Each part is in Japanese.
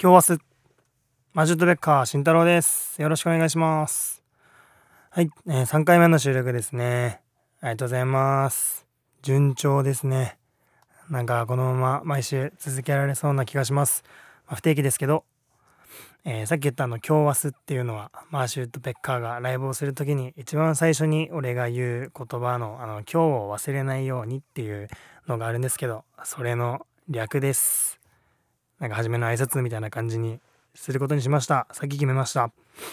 今日はマジッドベッカー慎太郎です。よろしくお願いします。はい、3回目の収録ですね。ありがとうございます。順調ですね。なんかこのまま毎週続けられそうな気がします。不定期ですけど、さっき言った今日はっていうのはマーシュッド・ベッカーがライブをするときに一番最初に俺が言う言葉の今日を忘れないようにっていうのがあるんですけど、それの略です。なんか初めの挨拶みたいな感じにすることにしました。さっき決めました。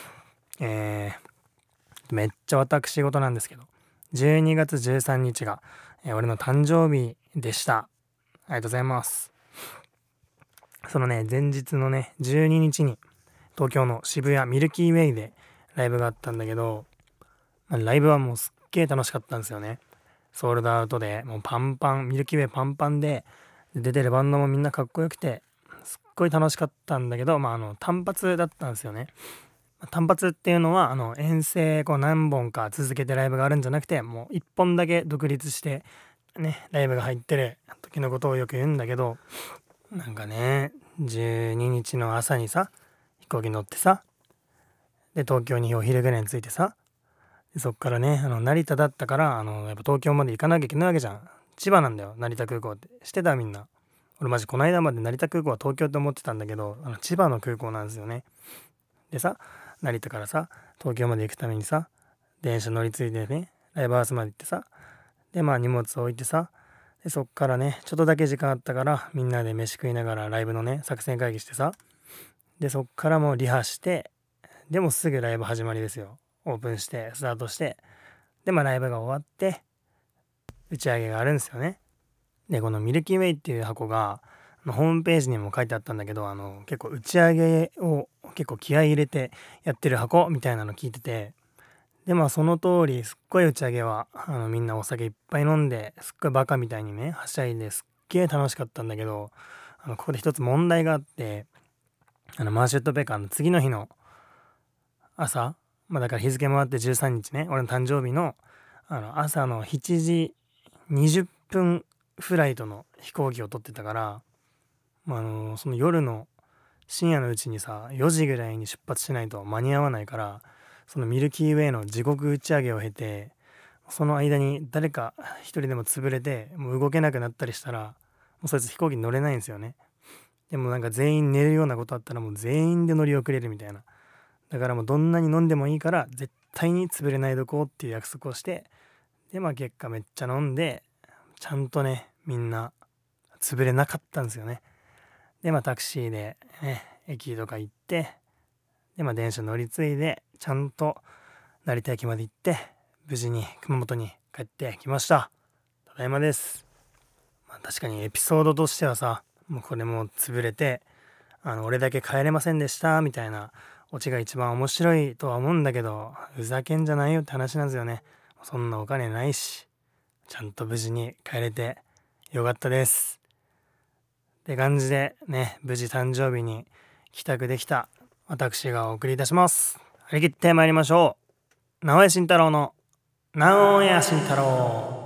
めっちゃ私事なんですけど、12月13日が、俺の誕生日でした。ありがとうございます。そのね、前日のね、12日に東京の渋谷ミルキーウェイでライブがあったんだけど、ライブはもうすっげー楽しかったんですよね。ソールドアウトでもうパンパン、ミルキーウェイパンパンで、出てるバンドもみんなかっこよくて、すっごい楽しかったんだけど、単発だったんですよね。単発っていうのは遠征何本か続けてライブがあるんじゃなくて、もう1本だけ独立してねライブが入ってる時のことをよく言うんだけど、なんかね12日の朝にさ飛行機乗ってさ、で東京にお昼ぐらいに着いてさ、でそっからね成田だったからやっぱ東京まで行かなきゃいけないわけじゃん。千葉なんだよ成田空港って。してたみんな。俺マジこの間まで成田空港は東京って思ってたんだけど、千葉の空港なんですよね。でさ、成田からさ東京まで行くためにさ電車乗り継いでねライブハウスまで行ってさ、で荷物を置いてさ、でそっからねちょっとだけ時間あったからみんなで飯食いながらライブのね作戦会議してさ、でそっからもうリハして、でもすぐライブ始まりですよ。オープンしてスタートして、でライブが終わって打ち上げがあるんですよね。でこのミルキーウェイっていう箱がホームページにも書いてあったんだけど、結構打ち上げを結構気合い入れてやってる箱みたいなの聞いてて、でその通りすっごい打ち上げはみんなお酒いっぱい飲んですっごいバカみたいにねはしゃいですっげえ楽しかったんだけど、ここで一つ問題があって、マーシュット・ベカーの次の日の朝、だから日付回って13日ね、俺の誕生日の朝の7時20分フライトの飛行機を取ってたから、その夜の深夜のうちにさ4時ぐらいに出発しないと間に合わないから、そのミルキーウェイの地獄打ち上げを経て、その間に誰か一人でも潰れてもう動けなくなったりしたら、もうそいつ飛行機に乗れないんですよね。でもなんか全員寝るようなことあったらもう全員で乗り遅れるみたいな。だからもうどんなに飲んでもいいから絶対に潰れないどこうっていう約束をして、で結果めっちゃ飲んでちゃんとねみんな潰れなかったんですよね。でタクシーでね駅とか行って、で電車乗り継いでちゃんと成田駅まで行って無事に熊本に帰ってきました。ただいまです。確かにエピソードとしてはさ、もうこれも潰れて俺だけ帰れませんでしたみたいなオチが一番面白いとは思うんだけど、ふざけんじゃないよって話なんですよね。そんなお金ないし、ちゃんと無事に帰れてよかったですって感じでね、無事誕生日に帰宅できた私がお送りいたします。張り切ってまいりましょう。直江慎太郎の直江慎太郎。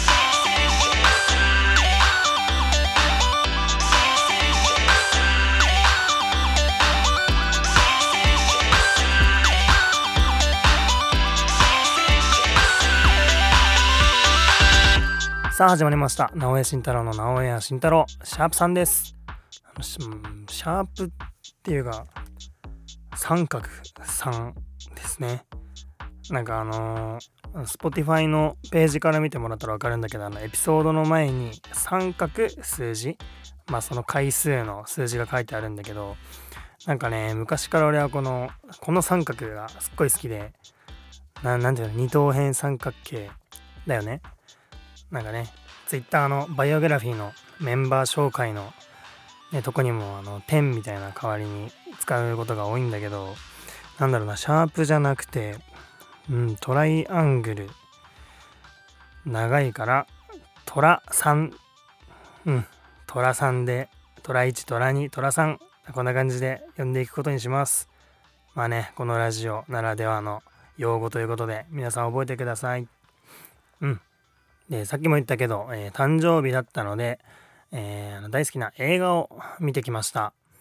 さあ始まりました。直江慎太郎の直江慎太郎シャープ3です。シャープっていうか三角3ですね。なんかSpotify のページから見てもらったら分かるんだけど、エピソードの前に三角数字、その回数の数字が書いてあるんだけど、なんかね昔から俺はこの三角がすっごい好きで、なんていうの、二等辺三角形だよね。なんかね Twitter のバイオグラフィーのメンバー紹介のとこにも点みたいな代わりに使うことが多いんだけど、なんだろうな、シャープじゃなくてトライアングル、長いからトラ3、トラ3でトラ1トラ2トラ3、こんな感じで呼んでいくことにします。このラジオならではの用語ということで皆さん覚えてください。でさっきも言ったけど、誕生日だったので、大好きな映画を見てきました。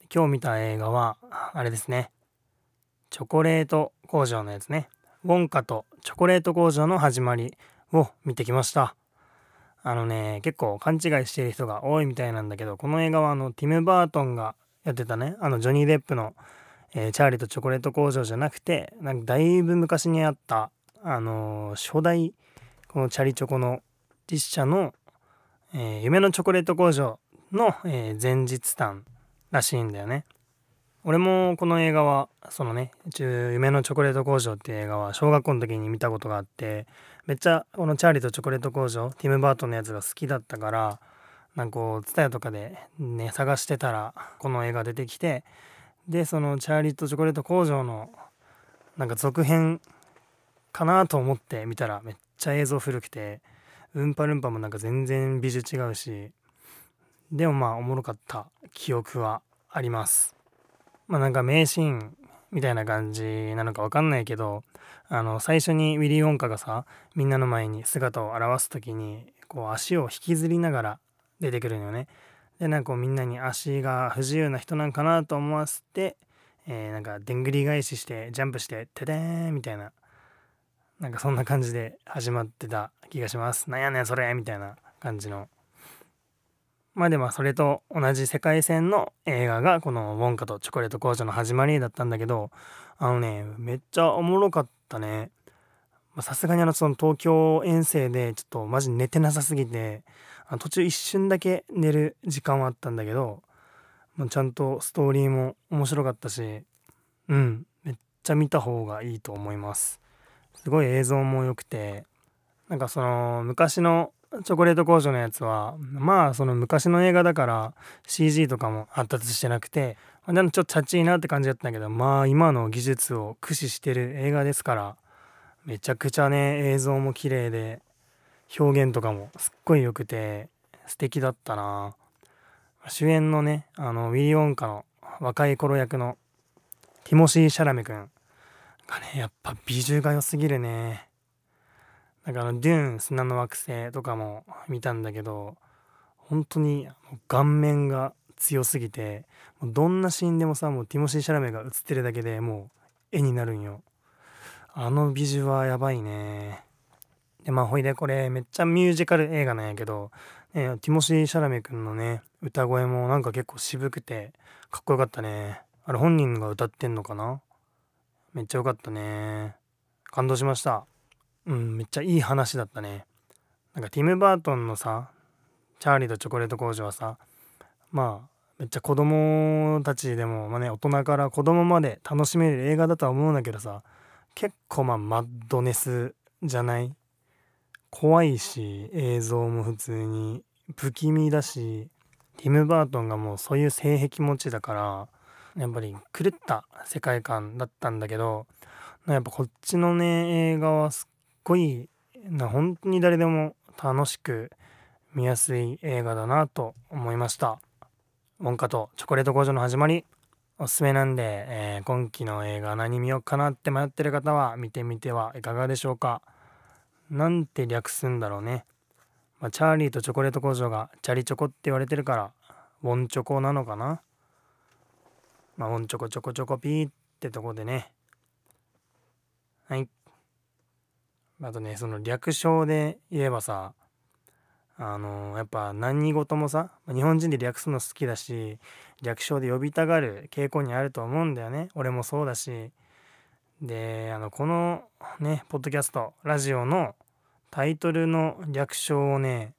今日見た映画はあれですね。チョコレート工場のやつね。ウォンカとチョコレート工場の始まりを見てきました。結構勘違いしている人が多いみたいなんだけど、この映画はティム・バートンがやってたね、ジョニー・デップの、チャーリーとチョコレート工場じゃなくて、なんかだいぶ昔にあった、初代このチャリチョコの実写の、夢のチョコレート工場の、前日談らしいんだよね。俺もこの映画はそのね夢のチョコレート工場っていう映画は小学校の時に見たことがあって、めっちゃこのチャーリーとチョコレート工場ティム・バートンのやつが好きだったから、なんかこうTSUTAYAとかでね探してたらこの映画出てきて、でそのチャーリーとチョコレート工場のなんか続編かなと思って見たら、めっちゃ映像古くてうんぱるんぱもなんか全然美術違うし、でもまあおもろかった記憶はあります。なんか名シーンみたいな感じなのかわかんないけど、最初にウィリー・ウォンカがさ、みんなの前に姿を現す時にこう足を引きずりながら出てくるのよね。でなんかこうみんなに足が不自由な人なんかなと思わせて、なんかでんぐり返ししてジャンプしてテテーンみたいな、なんかそんな感じで始まってた気がします。なんやねんそれみたいな感じの。でもそれと同じ世界線の映画がこのウォンカとチョコレート工場の始まりだったんだけど、めっちゃおもろかったね。さすがにその東京遠征でちょっとマジ寝てなさすぎて、途中一瞬だけ寝る時間はあったんだけど、ちゃんとストーリーも面白かったし、めっちゃ見た方がいいと思います。すごい映像も良くて、なんかその昔のチョコレート工場のやつはその昔の映画だから CG とかも発達してなくて、ちょっとチャッチいなって感じだったんだけど、今の技術を駆使してる映画ですから、めちゃくちゃね映像も綺麗で表現とかもすっごい良くて素敵だったな。主演のねウィリー・ウォンカの若い頃役のティモシー・シャラメ君がね、やっぱ美女が良すぎるね。なんかデューン砂の惑星とかも見たんだけど、本当に顔面が強すぎて、もうどんなシーンでもさ、もうティモシー・シャラメが映ってるだけでもう絵になるんよ。あの美女はやばいね。でほいでこれめっちゃミュージカル映画なんやけど、ティモシー・シャラメくんのね歌声もなんか結構渋くてかっこよかったね。あれ本人が歌ってんのかな。めっちゃよかったね。感動しました。めっちゃいい話だったね。なんかティム・バートンのさチャーリーとチョコレート工場はさ、めっちゃ子供たちでも大人から子供まで楽しめる映画だとは思うんだけどさ、結構マッドネスじゃない？怖いし映像も普通に不気味だし、ティム・バートンがもうそういう性癖持ちだから、やっぱり狂った世界観だったんだけど、やっぱこっちのね映画はすっごい本当に誰でも楽しく見やすい映画だなと思いました。ウォンカとチョコレート工場の始まりおすすめなんで、今期の映画何見ようかなって迷ってる方は見てみてはいかがでしょうか。なんて略すんだろうね。チャーリーとチョコレート工場がチャリチョコって言われてるからウォンチョコなのかな。ウォンチョコチョコチョコピーってとこでね。はい。あとね、その略称で言えばさ、やっぱ何事もさ、日本人で略すの好きだし、略称で呼びたがる傾向にあると思うんだよね。俺もそうだし。で、このね、ポッドキャスト、ラジオのタイトルの略称をね、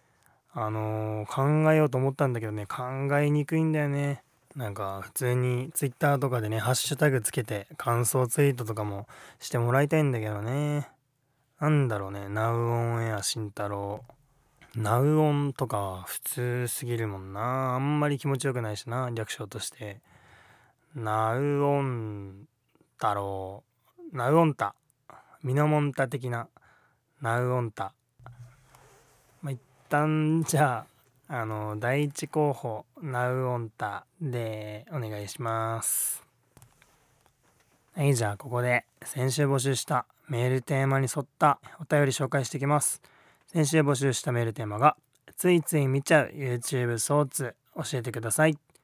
考えようと思ったんだけどね、考えにくいんだよね。なんか普通にツイッターとかでね、ハッシュタグつけて感想ツイートとかもしてもらいたいんだけどね。なんだろうね、ナウオンエア慎太郎。ナウオンとかは普通すぎるもんな。あんまり気持ちよくないしな、略称として。ナウオン太郎、ナウオンタ、ミノモンタ的なナウオンタ。一旦じゃあ、第一候補、ナウオンタでお願いします。はい、じゃあここで先週募集したメールテーマに沿ったお便り紹介していきます。先週募集したメールテーマがついつい見ちゃう YouTube ソーツ教えてください。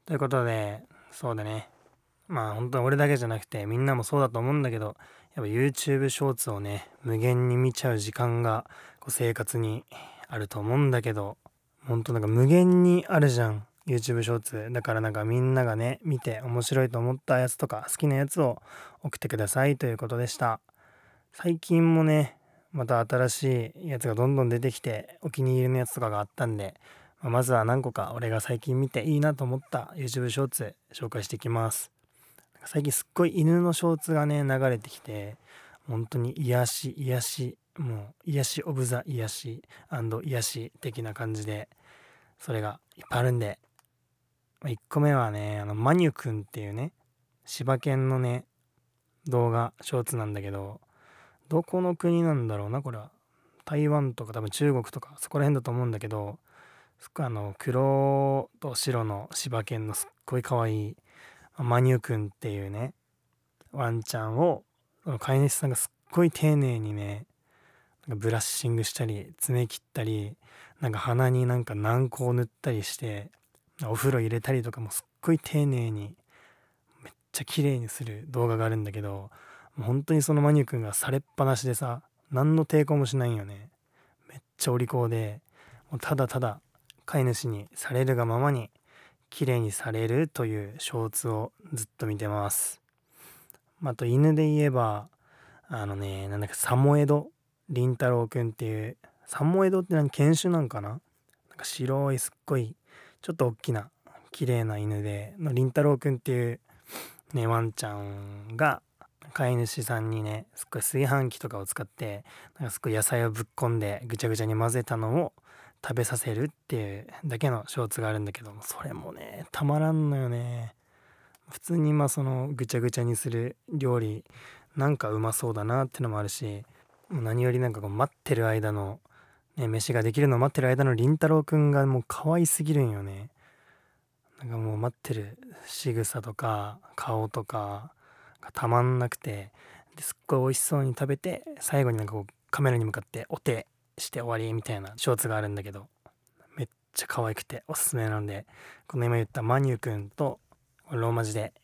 ということで、そうだね。まあ本当に俺だけじゃなくてみんなもそうだと思うんだけど、やっぱ YouTube ショーツをね、無限に見ちゃう時間がこう生活にあると思うんだけど、本当なんか無限にあるじゃん。YouTube ショーツ。だからなんかみんながね、見て面白いと思ったやつとか好きなやつを送ってくださいということでした。最近もね、また新しいやつがどんどん出てきて、お気に入りのやつとかがあったんで、まずは何個か俺が最近見ていいなと思った YouTube ショーツ紹介していきます。最近すっごい犬のショーツがね流れてきて、本当に癒し、もう癒しオブザ癒し癒し的な感じで、それがいっぱいあるんで、1個目はね、マニュくんっていうね、柴犬のね動画ショーツなんだけど、どこの国なんだろうな、これは。台湾とか多分中国とかそこら辺だと思うんだけど、すっごい黒と白の柴犬のすっごい可愛いマニュくんっていうねワンちゃんを、飼い主さんがすっごい丁寧にね、なんかブラッシングしたり爪切ったり、なんか鼻になんか軟膏塗ったりして、お風呂入れたりとかもすっごい丁寧にめっちゃ綺麗にする動画があるんだけど、もう本当にそのマニュ君がされっぱなしでさ、何の抵抗もしないんよね。めっちゃお利口で、もうただただ飼い主にされるがままに綺麗にされるというショーツをずっと見てます。あと犬で言えば、なんだっけ、サモエド凛太郎くんっていう、サモエドって犬種なんかな、なんか白いすっごいちょっと大きな綺麗な犬での凛太郎くんっていうねワンちゃんが、飼い主さんにねすっごい炊飯器とかを使って、なんかすっごい野菜をぶっこんでぐちゃぐちゃに混ぜたのを食べさせるっていうだけのショーツがあるんだけども、それもねたまらんのよね。普通にそのぐちゃぐちゃにする料理なんかうまそうだなってのもあるし、もう何よりなんかこう待ってる間の、ね、飯ができるのを待ってる間の凛太郎くんがもう可愛すぎるんよね。なんかもう待ってる仕草とか顔とかがたまんなくて、ですっごい美味しそうに食べて、最後になんかこうカメラに向かってお手して終わりみたいなショーツがあるんだけど、めっちゃ可愛くておすすめなんで、この今言ったマニュくんと、ローマ字で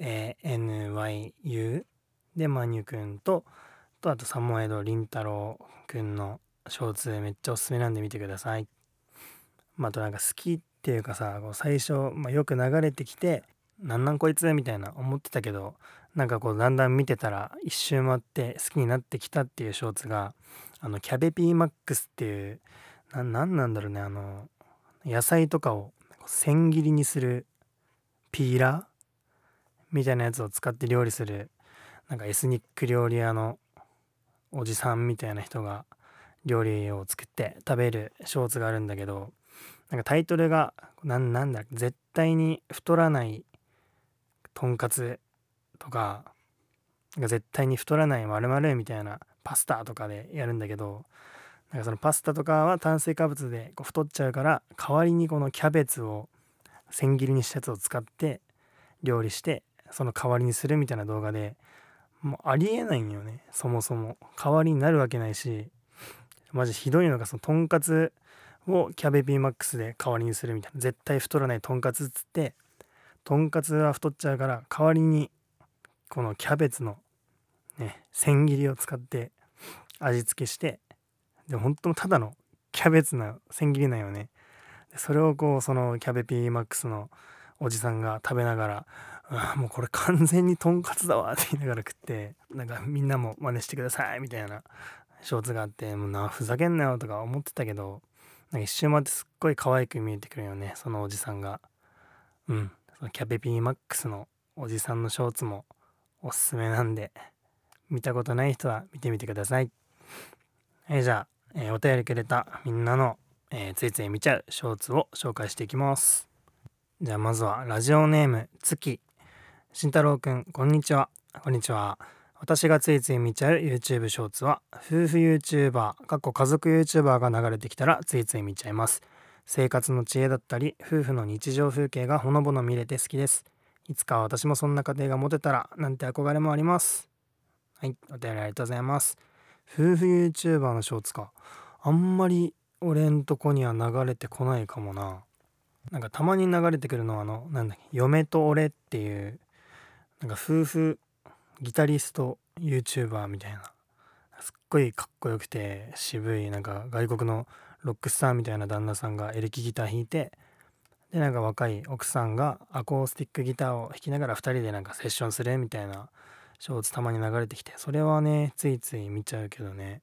MANYU でマニュくんと、あとサモエド凛太郎くんのショーツめっちゃおすすめなんで見てください。あとなんか好きっていうかさ、こう最初、よく流れてきて、なんこいつみたいな思ってたけど、なんかこうだんだん見てたら一周回って好きになってきたっていうショーツが、キャベピーマックスっていう、なんなんだろうね、野菜とかを千切りにするピーラーみたいなやつを使って料理する、なんかエスニック料理屋のおじさんみたいな人が料理を作って食べるショーツがあるんだけど、なんかタイトルがなんだ、絶対に太らないとんかつとか、なんか絶対に太らない〇〇みたいなパスタとかでやるんだけど、なんかそのパスタとかは炭水化物でこう太っちゃうから、代わりにこのキャベツを千切りにしたやつを使って料理してその代わりにするみたいな動画で、もうありえないんよね。そもそも代わりになるわけないし、マジひどいのが、そのとんかつをキャベピーマックスで代わりにするみたいな、絶対太らないとんかつっつって、とんかつは太っちゃうから代わりにこのキャベツのね千切りを使って味付けして、でも本当ただのキャベツの千切りなんよね。でそれをこうそのキャベピーマックスのおじさんが食べながら、もうこれ完全にとんかつだわって言いながら食って、なんかみんなも真似してくださいみたいなショーツがあって、もうふざけんなよとか思ってたけど、なんか一周回ってすっごい可愛く見えてくるよね、そのおじさんが。そのキャベピーマックスのおじさんのショーツもおすすめなんで、見たことない人は見てみてください。はい、じゃあ、お便りくれたみんなの、ついつい見ちゃうショーツを紹介していきます。じゃあまずはラジオネーム月慎太郎くん、こんにちは。こんにちは。私がついつい見ちゃう YouTube ショーツは、夫婦 YouTuber、家族 YouTuber が流れてきたらついつい見ちゃいます。生活の知恵だったり、夫婦の日常風景がほのぼの見れて好きです。いつか私もそんな家庭が持てたら、なんて憧れもあります。はい、お便りありがとうございます。夫婦 YouTuber のショーツか。あんまり俺んとこには流れてこないかもな。 なんかたまに流れてくるのはなんだっけ、嫁と俺っていうなんか夫婦ギタリスト YouTuber みたいな、すっごいかっこよくて渋いなんか外国のロックスターみたいな旦那さんがエレキギター弾いて、でなんか若い奥さんがアコースティックギターを弾きながら2人でなんかセッションするみたいなショーツたまに流れてきて、それはねついつい見ちゃうけどね。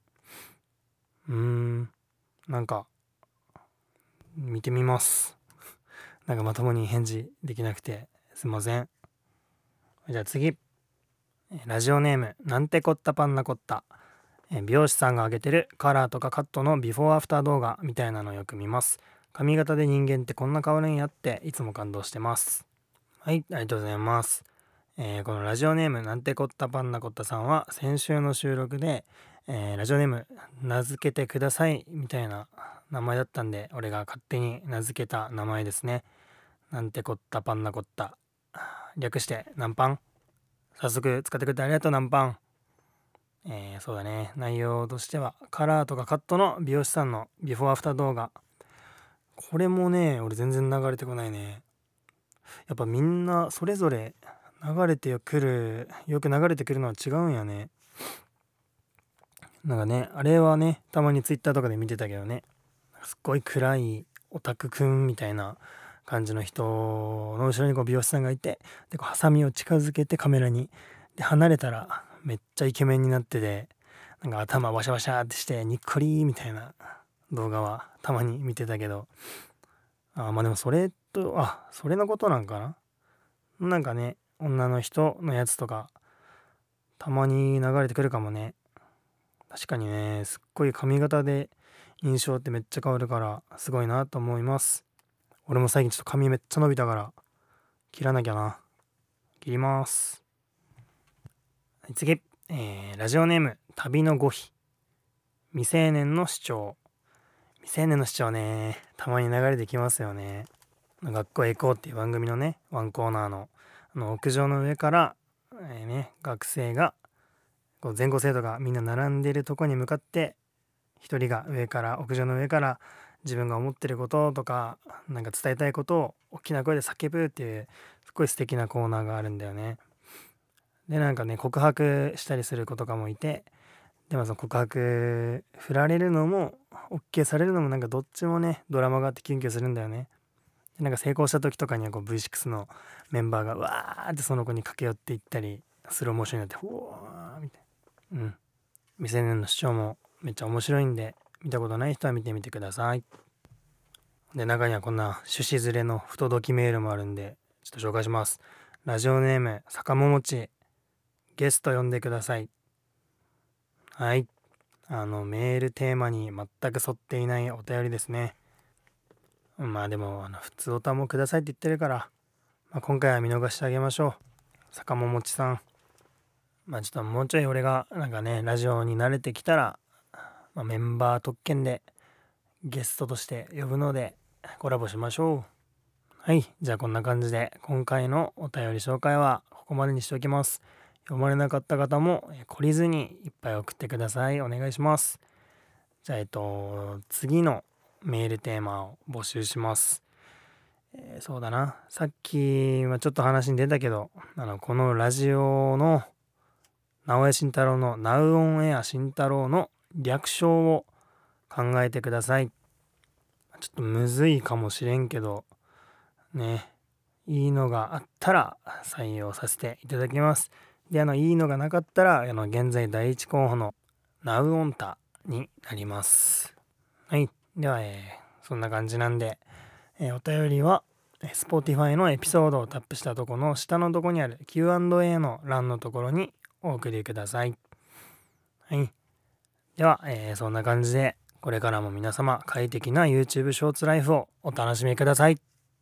なんか見てみます。なんかまともに返事できなくてすいません。じゃあ次、ラジオネームなんてこったパンナコッタ。美容師さんが上げてるカラーとかカットのビフォーアフター動画みたいなのよく見ます。髪型で人間ってこんな変わるんやっていつも感動してます。はい、ありがとうございます。このラジオネームなんてこったパンナコッタさんは先週の収録で、ラジオネーム名付けてくださいみたいな名前だったんで、俺が勝手に名付けた名前ですね。なんてこったパンナコッタ、略してナンパン。早速使ってくれてありがとうナンパン。そうだね、内容としてはカラーとかカットの美容師さんのビフォーアフター動画。これもね俺全然流れてこないね。やっぱみんなそれぞれ流れてくる、よく流れてくるのは違うんやね。なんかね、あれはねたまにツイッターとかで見てたけどね、すっごい暗いオタクくんみたいな感じの人の後ろにこう美容師さんがいて、でこうハサミを近づけてカメラに、で離れたらめっちゃイケメンになってて、なんか頭ワシャワシャってしてにっこりみたいな動画はたまに見てたけど、まあでもそれそれのことなんかな。なんかね女の人のやつとかたまに流れてくるかもね。確かにね、すっごい髪型で印象ってめっちゃ変わるからすごいなと思います。俺も最近ちょっと髪めっちゃ伸びたから切らなきゃな。切ります。次、ラジオネーム旅の語碑。未成年の主張。未成年の主張ね、たまに流れてきますよね。学校へ行こうっていう番組のねワンコーナーの屋上の上から、学生がこう全校生徒がみんな並んでるとこに向かって一人が屋上の上から自分が思ってることとかなんか伝えたいことを大きな声で叫ぶっていうすっごい素敵なコーナーがあるんだよね。でなんかね告白したりする子とかもいて、でもその告白振られるのも OK されるのもなんかどっちもねドラマがあってキュンキュンするんだよね。でなんか成功した時とかにはこう V6 のメンバーがわーってその子に駆け寄っていったりスローモーションになってうわーみたいな。未成年の主張もめっちゃ面白いんで見たことない人は見てみてください。で中にはこんな趣旨ずれの不届きメールもあるんでちょっと紹介します。ラジオネーム坂ももち。ゲスト呼んでください。はい、メールテーマに全く沿っていないお便りですね。まあでも普通おたもくださいって言ってるから、今回は見逃してあげましょう。坂ももちさん。ちょっともうちょい俺がなんかねラジオに慣れてきたら、メンバー特権でゲストとして呼ぶのでコラボしましょう。はい、じゃあこんな感じで今回のお便り紹介はここまでにしておきます。読まれなかった方も懲りずにいっぱい送ってください。お願いします。じゃあ次のメールテーマを募集します。そうだな、さっきはちょっと話に出たけどこのラジオの直江慎太郎のナウオンエア慎太郎の略称を考えてください。ちょっとむずいかもしれんけどね、いいのがあったら採用させていただきます。でいいのがなかったら現在第一候補のナウオンタになります。はい、では、そんな感じなんで、お便りはSpotify のエピソードをタップしたとこの下のとこにある Q&A の欄のところにお送りください。はい、では、そんな感じでこれからも皆様快適な YouTube ショーツライフをお楽しみください。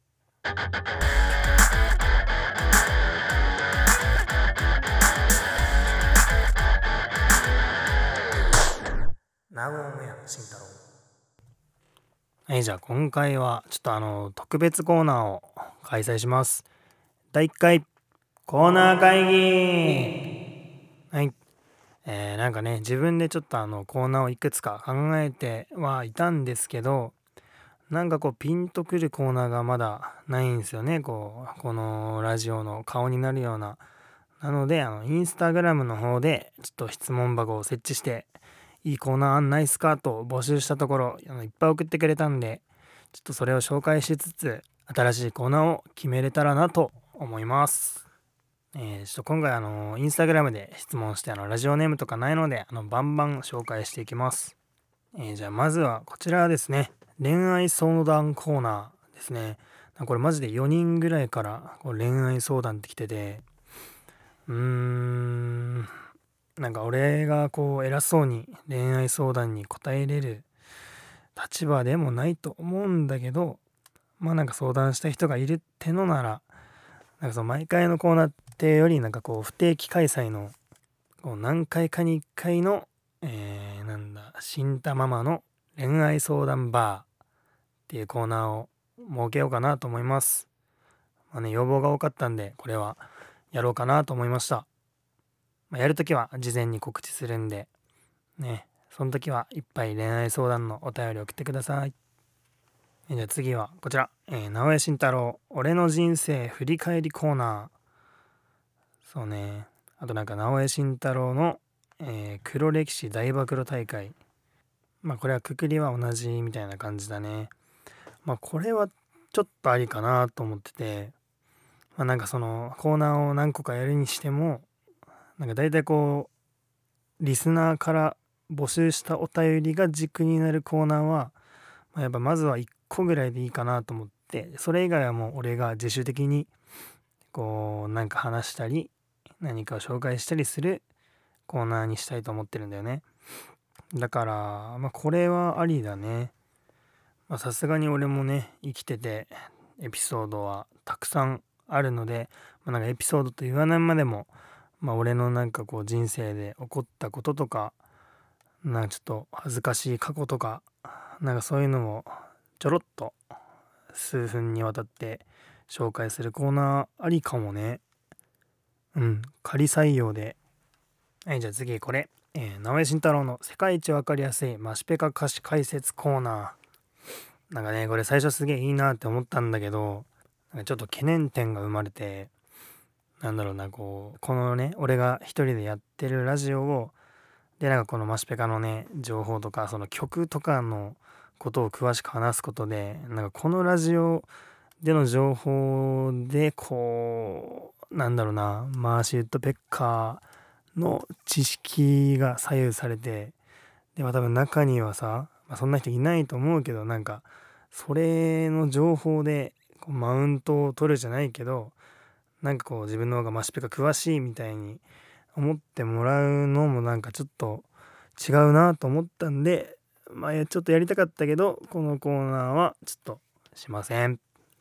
ナウオンエア慎太郎。はい、じゃあ今回はちょっと特別コーナーを開催します。第1回コーナー会議。はい、なんかね自分でちょっとコーナーをいくつか考えてはいたんですけど、 なんかこうピンとくるコーナーがまだないんですよね。このラジオの顔になるような。なので、インスタグラムの方でちょっと質問箱を設置して、いいコーナーあんないっすかと募集したところ、いっぱい送ってくれたんで、ちょっとそれを紹介しつつ、新しいコーナーを決めれたらなと思います。ちょっと今回インスタグラムで質問してラジオネームとかないのでバンバン紹介していきます。じゃあまずはこちらですね。恋愛相談コーナーですね。これマジで4人ぐらいからこう恋愛相談って来てて、なんか俺がこう偉そうに恋愛相談に答えれる立場でもないと思うんだけど、まあなんか相談した人がいるってのなら、なんかその毎回のコーナーってよりなんかこう不定期開催のこう何回かに1回の、新太ママの恋愛相談バーっていうコーナーを設けようかなと思います。まあね、要望が多かったんで、これはやろうかなと思いました。やるときは事前に告知するんで、ね、その時はいっぱい恋愛相談のお便り送ってください。じゃあ次はこちら、直江慎太郎、俺の人生振り返りコーナー。そうね。あとなんか直江慎太郎の、黒歴史大暴露大会。まあこれはくくりは同じみたいな感じだね。まあこれはちょっとありかなと思ってて、まあなんかそのコーナーを何個かやるにしても、なんか大体こう、リスナーから募集したお便りが軸になるコーナーは、やっぱまずは1個ぐらいでいいかなと思って、それ以外はもう俺が自主的にこうなんか話したり何かを紹介したりするコーナーにしたいと思ってるんだよね。だからまあこれはありだね。さすがに俺もね生きててエピソードはたくさんあるので、なんかエピソードと言わないまでも、俺のなんかこう人生で起こったこととか、なんかちょっと恥ずかしい過去とか、なんかそういうのをちょろっと数分にわたって紹介するコーナーありかもね。仮採用で。はい、じゃあ次これ。直江慎太郎の世界一わかりやすいマシペカ歌詞解説コーナー。なんかね、これ最初すげえいいなって思ったんだけど、なんかちょっと懸念点が生まれて、なんだろうな、このね、俺が一人でやってるラジオを、で、なんかこのマシペカのね、情報とか、その曲とかのことを詳しく話すことで、なんかこのラジオでの情報で、こう、なんだろうな、マーシー・ウッドペッカーの知識が左右されて、で、多分中にはさ、そんな人いないと思うけど、なんか、それの情報でこうマウントを取るじゃないけど、なんかこう自分の方がマシペカ詳しいみたいに思ってもらうのもなんかちょっと違うなと思ったんで、ちょっとやりたかったけど、このコーナーはちょっとしません。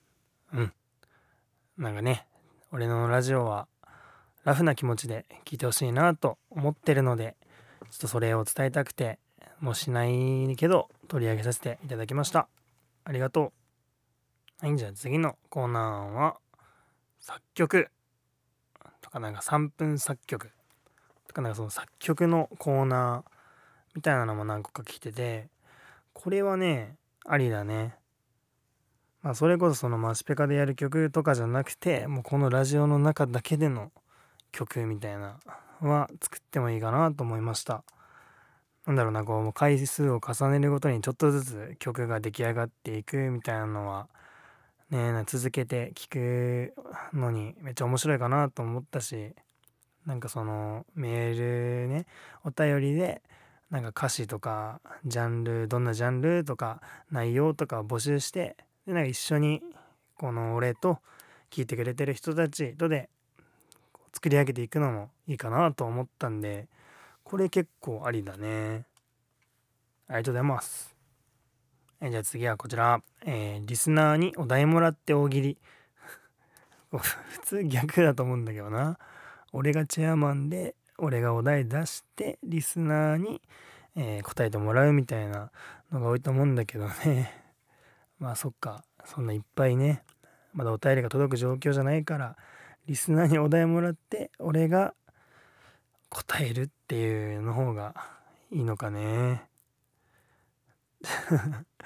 なんかね、俺のラジオはラフな気持ちで聞いてほしいなと思ってるので、ちょっとそれを伝えたくて、もうしないけど取り上げさせていただきました。ありがとう。はい、じゃあ次のコーナーは、作曲とかなんか3分作曲とかなんかその作曲のコーナーみたいなのも何個か来てて、これはね、ありだね。それこそそのマシペカでやる曲とかじゃなくて、もうこのラジオの中だけでの曲みたいなは作ってもいいかなと思いました。なんだろうな、こう回数を重ねるごとにちょっとずつ曲が出来上がっていくみたいなのはね、続けて聴くのにめっちゃ面白いかなと思ったし、なんかそのメールね、お便りでなんか歌詞とかジャンル、どんなジャンルとか内容とかを募集して、でなんか一緒にこの俺と聞いてくれてる人たちとで作り上げていくのもいいかなと思ったんで、これ結構ありだね。ありがとうございます。じゃあ次はこちら、リスナーにお題もらって大喜利。普通逆だと思うんだけどな。俺がチェアマンで俺がお題出してリスナーに、答えてもらうみたいなのが多いと思うんだけどね。そっか、そんないっぱいね、まだお便りが届く状況じゃないから、リスナーにお題もらって俺が答えるっていうの方がいいのかね。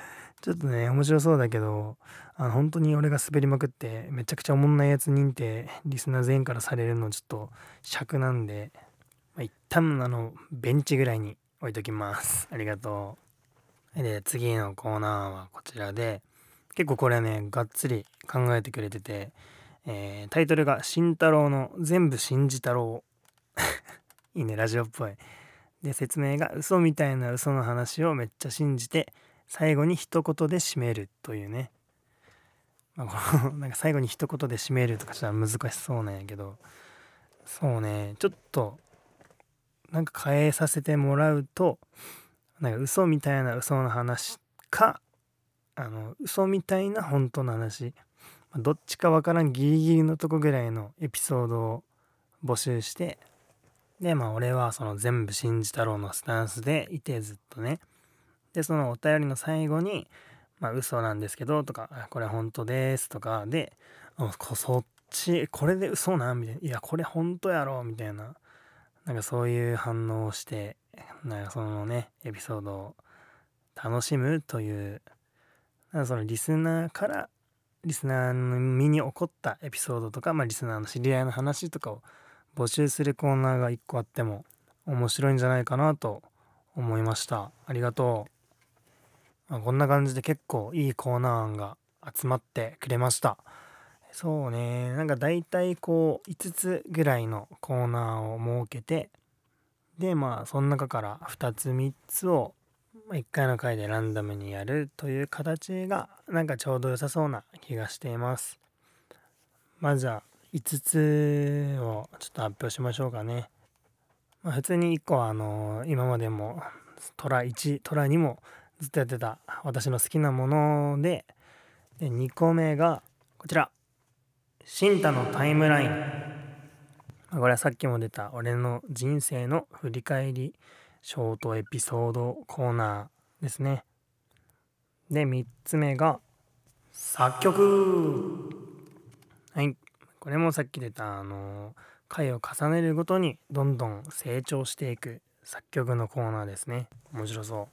ちょっとね、面白そうだけど、本当に俺が滑りまくって、めちゃくちゃおもんないやつ認定、リスナー全員からされるのちょっと尺なんで、一旦ベンチぐらいに置いときます。ありがとう。で、次のコーナーはこちらで、結構これね、がっつり考えてくれてて、タイトルが、慎太郎の全部信じ太郎。いいね、ラジオっぽい。で、説明が、嘘みたいな嘘の話をめっちゃ信じて、最後に一言で締めるというね。このなんか最後に一言で締めるとかちょっと難しそうなんやけど、そうね、ちょっとなんか変えさせてもらうと、なんか嘘みたいな嘘の話か、嘘みたいな本当の話、どっちかわからんギリギリのとこぐらいのエピソードを募集して、で俺はその全部信じ太郎のスタンスでいて、ずっとね。でそのお便りの最後に嘘なんですけどとか、これ本当ですとかで、そっちこれで嘘なんみたいな、いやこれ本当やろみたいな、なんかそういう反応をして、なんかそのねエピソードを楽しむという、なんかそのリスナーの身に起こったエピソードとか、リスナーの知り合いの話とかを募集するコーナーが1個あっても面白いんじゃないかなと思いました。ありがとう。こんな感じで結構いいコーナー案が集まってくれました。そうね、なんかだいたいこう5つぐらいのコーナーを設けて、でその中から2つ3つを1回の回でランダムにやるという形がなんかちょうど良さそうな気がしています。じゃあ5つをちょっと発表しましょうかね。普通に1個は今までもトラ1トラ2もずっとやってた私の好きなもので、2個目がこちら、シンタのタイムライン。これはさっきも出た俺の人生の振り返りショートエピソードコーナーですね。で3つ目が作曲。はい、これもさっき出た回を重ねるごとにどんどん成長していく作曲のコーナーですね。面白そう。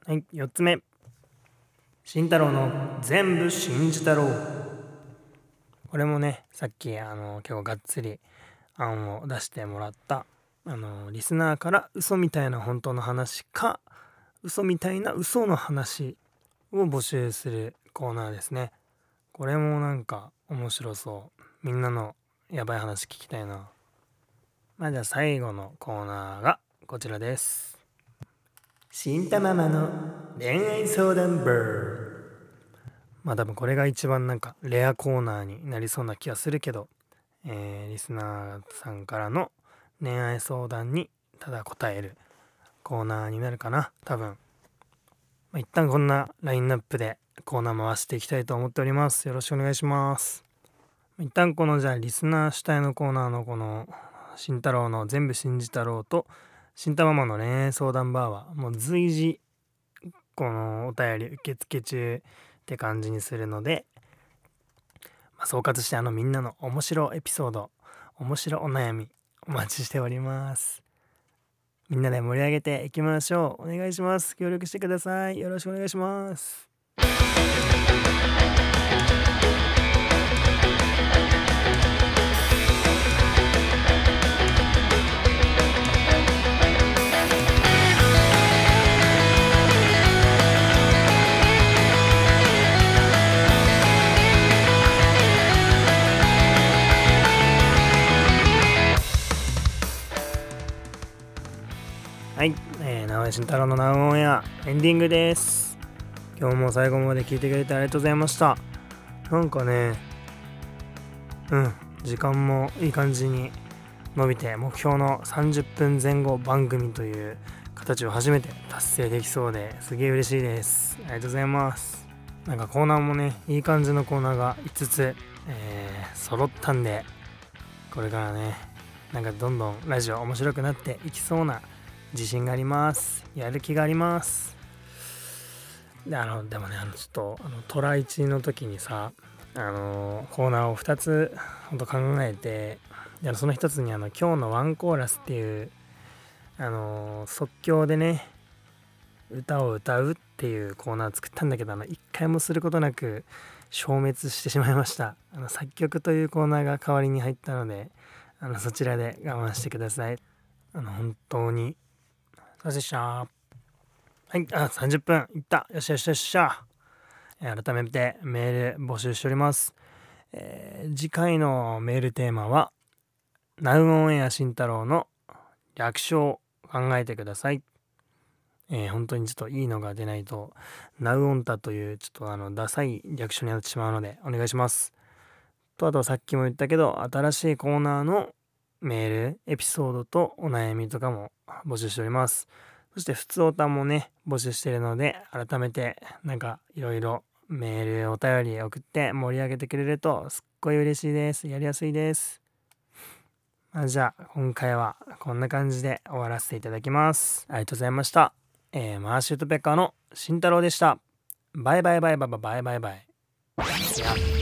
はい、4つ目、慎太郎の全部信じ太郎。これもねさっき結構がっつり案を出してもらったリスナーから嘘みたいな本当の話か、嘘みたいな嘘の話を募集するコーナーですね。これもなんか面白そう。みんなのやばい話聞きたいな。じゃあ最後のコーナーがこちらです。新太ママの恋愛相談バー。多分これが一番なんかレアコーナーになりそうな気がするけど、リスナーさんからの恋愛相談にただ答えるコーナーになるかな多分。一旦こんなラインナップでコーナー回していきたいと思っております。よろしくお願いします。一旦このじゃあリスナー主体のコーナーのこの慎太郎の全部信じ太郎と慎太ママの恋愛相談バーはもう随時このお便り受付中って感じにするので、総括してみんなの面白エピソード、面白お悩みお待ちしております。みんなで盛り上げていきましょう。お願いします。協力してください。よろしくお願いします。はい、直江慎太郎のナウオンエアエンディングです。今日も最後まで聞いてくれてありがとうございました。なんかね、時間もいい感じに伸びて、目標の30分前後番組という形を初めて達成できそうですげえ嬉しいです。ありがとうございます。なんかコーナーもね、いい感じのコーナーが5つ、揃ったんで、これからね、なんかどんどんラジオ面白くなっていきそうな自信があります。やる気があります。ででもねちょっとトラ1の時にさコーナーを2つほんと考えて、その1つに今日のワンコーラスっていう即興でね歌を歌うっっていうコーナーを作ったんだけど、一回もすることなく消滅してしまいました。作曲というコーナーが代わりに入ったので、そちらで我慢してください。本当にすいませんでした。はい、30分いった。よっしゃよっしゃよっしゃ。改めてメール募集しております。次回のメールテーマはナウオンエア慎太郎の略称を考えてください。本当にちょっといいのが出ないとナウオンタというちょっとダサい略称になってしまうのでお願いします。とあとさっきも言ったけど、新しいコーナーのメールエピソードとお悩みとかも募集しております。そして普通オタもね募集しているので、改めてなんかいろいろメールお便り送って盛り上げてくれるとすっごい嬉しいです。やりやすいです。じゃあ今回はこんな感じで終わらせていただきます。ありがとうございました。マーシュートペッカーの慎太郎でした。バイバイバイバイバイバイバイ。いや